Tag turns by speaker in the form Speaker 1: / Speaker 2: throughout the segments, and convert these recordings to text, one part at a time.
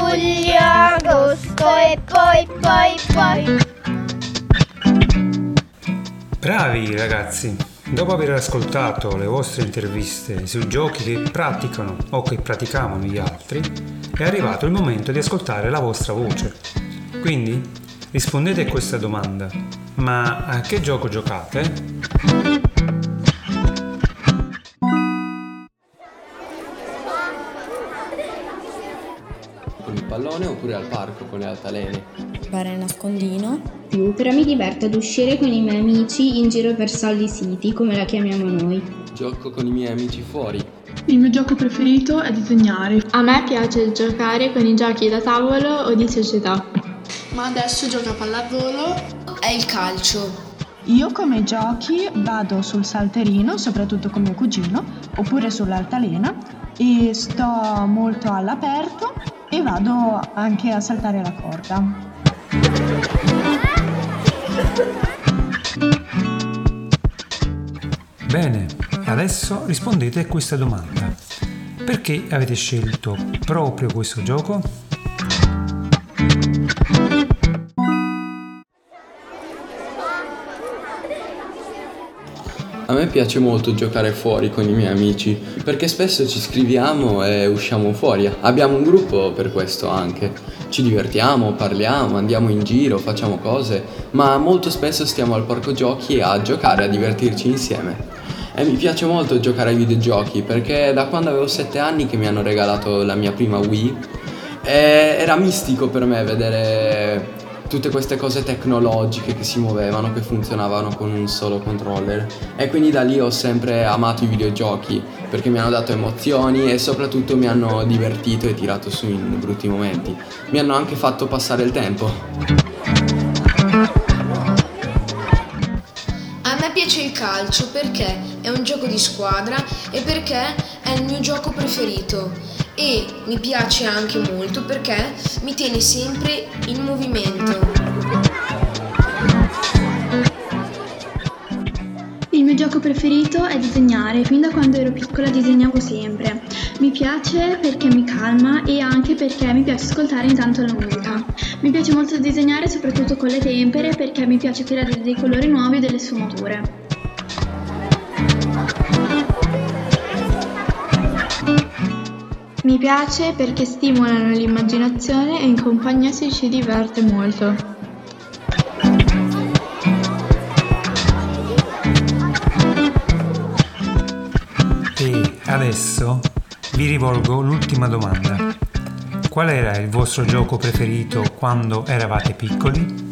Speaker 1: luglio, agosto e poi.
Speaker 2: Bravi ragazzi! Dopo aver ascoltato le vostre interviste sui giochi che praticano o che praticavano gli altri, è arrivato il momento di ascoltare la vostra voce. Quindi rispondete a questa domanda: ma a che gioco giocate?
Speaker 3: Con il pallone oppure al parco con le altalene?
Speaker 4: Fare nascondino.
Speaker 5: Però mi diverto ad uscire con i miei amici in giro per Soldi City, come la chiamiamo noi.
Speaker 3: Gioco con i miei amici fuori.
Speaker 6: Il mio gioco preferito è disegnare.
Speaker 7: A me piace giocare con i giochi da tavolo o di società.
Speaker 8: Ma adesso gioco a pallavolo e il calcio.
Speaker 9: Io come giochi vado sul salterino, soprattutto con mio cugino, oppure sull'altalena, e sto molto all'aperto e vado anche a saltare la corda.
Speaker 2: Bene, adesso rispondete a questa domanda. Perché avete scelto proprio questo gioco?
Speaker 3: A me piace molto giocare fuori con i miei amici, perché spesso ci scriviamo e usciamo fuori. Abbiamo un gruppo per questo anche. Ci divertiamo, parliamo, andiamo in giro, facciamo cose, ma molto spesso stiamo al parco giochi a giocare, a divertirci insieme. E mi piace molto giocare ai videogiochi, perché da quando avevo 7 anni che mi hanno regalato la mia prima Wii, era mistico per me vedere tutte queste cose tecnologiche che si muovevano, che funzionavano con un solo controller, e quindi da lì ho sempre amato i videogiochi perché mi hanno dato emozioni e soprattutto mi hanno divertito e tirato su in brutti momenti. Mi hanno anche fatto passare il tempo.
Speaker 8: A me piace il calcio perché è un gioco di squadra e perché è il mio gioco preferito. E mi piace anche molto perché mi tiene sempre in movimento.
Speaker 7: Il mio gioco preferito è disegnare. Fin da quando ero piccola disegnavo sempre. Mi piace perché mi calma e anche perché mi piace ascoltare intanto la musica. Mi piace molto disegnare soprattutto con le tempere perché mi piace creare dei colori nuovi e delle sfumature. Mi piace perché stimolano l'immaginazione e in compagnia si ci diverte molto.
Speaker 2: E adesso vi rivolgo l'ultima domanda. Qual era il vostro gioco preferito quando eravate piccoli?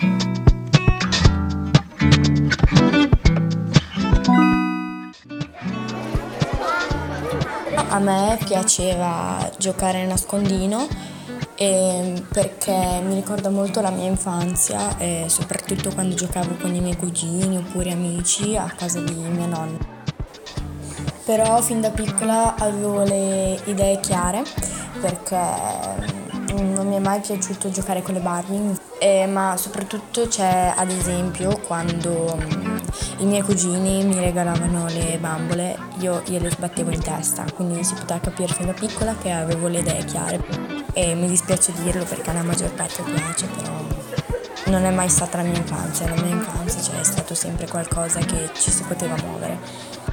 Speaker 4: A me piaceva giocare a nascondino perché mi ricorda molto la mia infanzia e soprattutto quando giocavo con i miei cugini oppure amici a casa di mia nonna. Però fin da piccola avevo le idee chiare perché non mi è mai piaciuto giocare con le Barbie, ma soprattutto c'è ad esempio quando i miei cugini mi regalavano le bambole, io gliele sbattevo in testa, quindi si poteva capire fin da piccola che avevo le idee chiare. E mi dispiace dirlo perché alla maggior parte piace, però non è mai stata la mia infanzia c'è stato sempre qualcosa che ci si poteva muovere.